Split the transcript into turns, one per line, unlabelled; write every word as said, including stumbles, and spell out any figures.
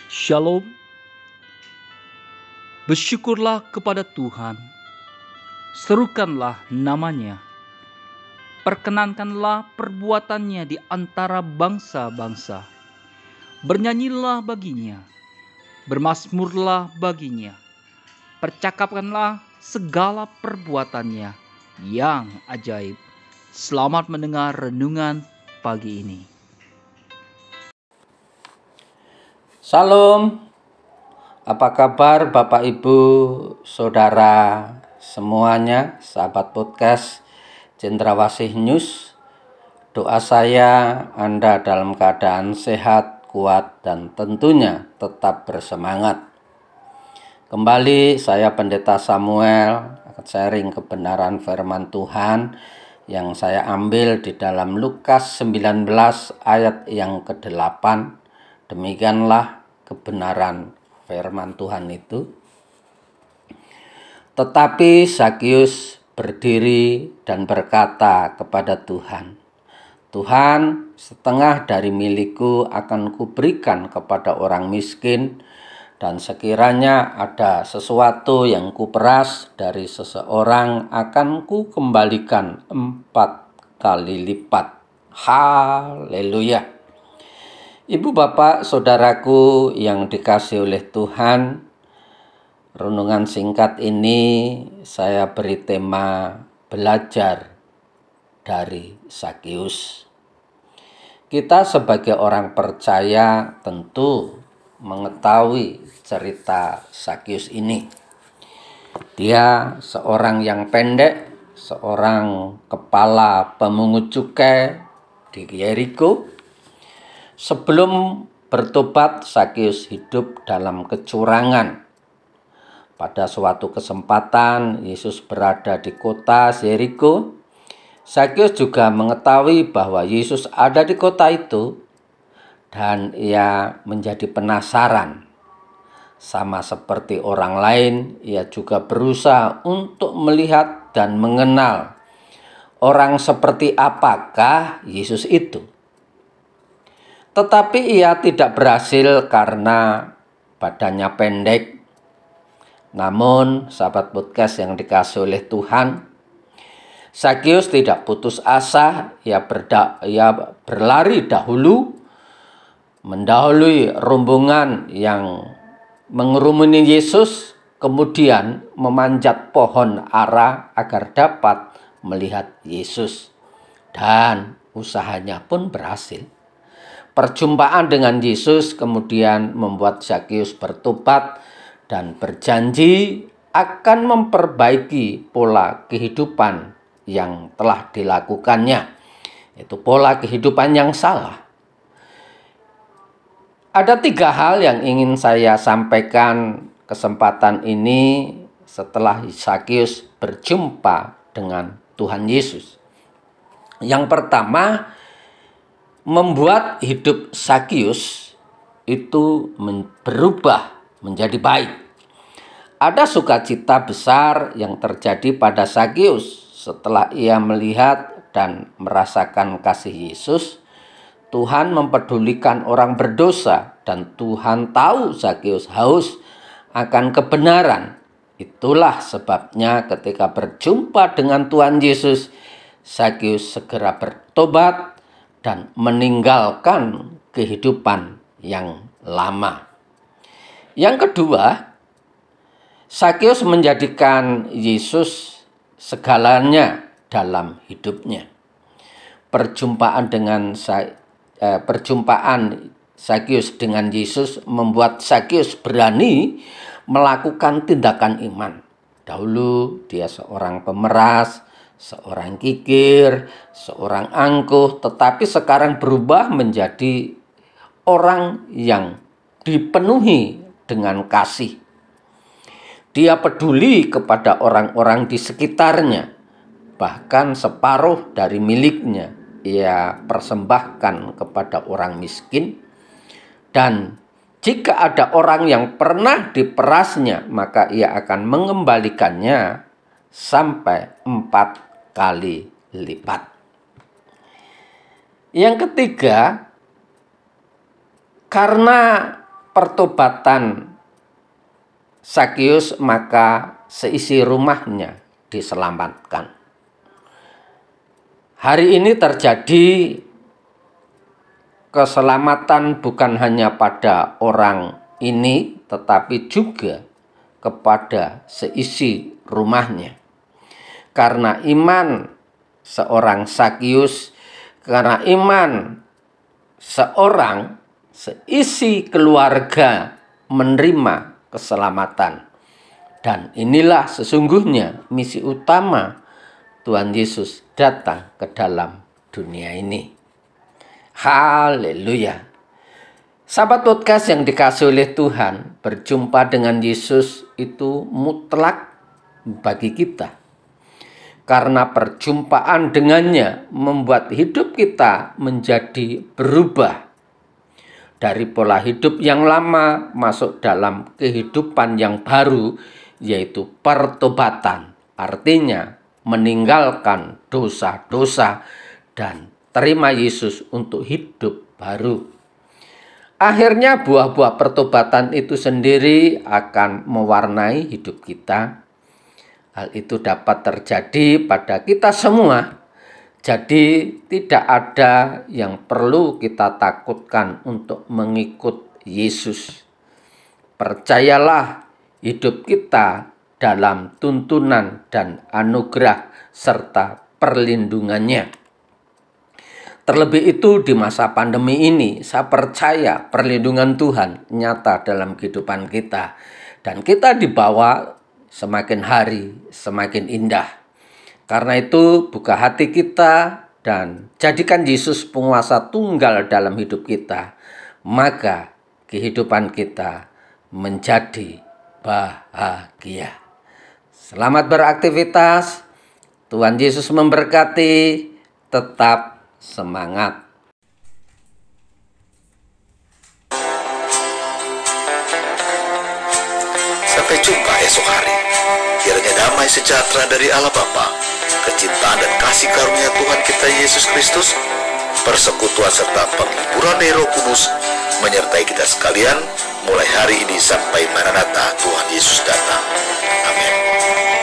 Shalom, bersyukurlah kepada Tuhan, serukanlah namanya, perkenankanlah perbuatannya di antara bangsa-bangsa, bernyanyilah baginya, bermasmurlah baginya, percakapkanlah segala perbuatannya yang ajaib. Selamat mendengar renungan pagi ini.
Salam, apa kabar Bapak Ibu, Saudara semuanya, sahabat podcast Cendrawasih News. Doa saya Anda dalam keadaan sehat, kuat, dan tentunya tetap bersemangat. Kembali saya Pendeta Samuel akan sharing kebenaran firman Tuhan yang saya ambil di dalam Lukas sembilan belas ayat yang kedelapan. Demikianlah kebenaran firman Tuhan itu. Tetapi Zakius berdiri dan berkata kepada Tuhan, Tuhan, setengah dari milikku akan kuberikan kepada orang miskin, dan sekiranya ada sesuatu yang kuperas dari seseorang akan kukembalikan empat kali lipat. Haleluya. Ibu bapak saudaraku yang dikasihi oleh Tuhan, renungan singkat ini saya beri tema belajar dari Zakius. Kita sebagai orang percaya tentu mengetahui cerita Zakius ini. Dia seorang yang pendek, seorang kepala pemungut cukai di Yeriko. Sebelum bertobat, Zakius hidup dalam kecurangan. Pada suatu kesempatan, Yesus berada di kota Yeriko. Zakius juga mengetahui bahwa Yesus ada di kota itu, dan ia menjadi penasaran. Sama seperti orang lain, ia juga berusaha untuk melihat dan mengenal orang seperti apakah Yesus itu. Tetapi ia tidak berhasil karena badannya pendek. Namun, sahabat podcast yang dikasihi oleh Tuhan, Zakius tidak putus asa. Ia, berda, ia berlari dahulu, mendahului rombongan yang mengerumuni Yesus, kemudian memanjat pohon ara agar dapat melihat Yesus. Dan usahanya pun berhasil. Perjumpaan dengan Yesus kemudian membuat Zakius bertobat dan berjanji akan memperbaiki pola kehidupan yang telah dilakukannya. Itu pola kehidupan yang salah. Ada tiga hal yang ingin saya sampaikan kesempatan ini setelah Zakius berjumpa dengan Tuhan Yesus. Yang pertama, membuat hidup Zakius itu berubah menjadi baik. Ada sukacita besar yang terjadi pada Zakius setelah ia melihat dan merasakan kasih Yesus. Tuhan mempedulikan orang berdosa dan Tuhan tahu Zakius haus akan kebenaran. Itulah sebabnya ketika berjumpa dengan Tuhan Yesus, Zakius segera bertobat dan meninggalkan kehidupan yang lama. Yang kedua, Zakius menjadikan Yesus segalanya dalam hidupnya. Perjumpaan dengan eh, perjumpaan Zakius dengan Yesus membuat Zakius berani melakukan tindakan iman. Dahulu dia seorang pemeras, seorang kikir, seorang angkuh, tetapi sekarang berubah menjadi orang yang dipenuhi dengan kasih. Dia peduli kepada orang-orang di sekitarnya, bahkan separuh dari miliknya ia persembahkan kepada orang miskin. Dan jika ada orang yang pernah diperasnya, maka ia akan mengembalikannya sampai empat kali lipat. Yang ketiga, karena pertobatan Sakius, maka seisi rumahnya diselamatkan. Hari ini terjadi keselamatan bukan hanya pada orang ini, tetapi juga kepada seisi rumahnya. Karena iman seorang Sakius, karena iman seorang seisi keluarga menerima keselamatan. Dan inilah sesungguhnya misi utama Tuhan Yesus datang ke dalam dunia ini. Haleluya. Sahabat podcast yang dikasihi oleh Tuhan, berjumpa dengan Yesus itu mutlak bagi kita. Karena perjumpaan dengannya membuat hidup kita menjadi berubah. Dari pola hidup yang lama masuk dalam kehidupan yang baru, yaitu pertobatan. Artinya meninggalkan dosa-dosa dan terima Yesus untuk hidup baru. Akhirnya buah-buah pertobatan itu sendiri akan mewarnai hidup kita. Hal itu dapat terjadi pada kita semua. Jadi tidak ada yang perlu kita takutkan untuk mengikut Yesus. Percayalah, hidup kita dalam tuntunan dan anugerah serta perlindungannya. Terlebih itu di masa pandemi ini, saya percaya perlindungan Tuhan nyata dalam kehidupan kita. Dan kita dibawa semakin hari semakin indah. Karena itu buka hati kita dan jadikan Yesus penguasa tunggal dalam hidup kita. Maka kehidupan kita menjadi bahagia. Selamat beraktivitas. Tuhan Yesus memberkati. Tetap semangat.
Sampai jumpa esok hari. Kiranya damai sejahtera dari Allah Bapa, kecintaan dan kasih karunia Tuhan kita Yesus Kristus, persekutuan serta penghiburan dari Roh Kudus menyertai kita sekalian mulai hari ini sampai Maranatha Tuhan Yesus datang. Amin.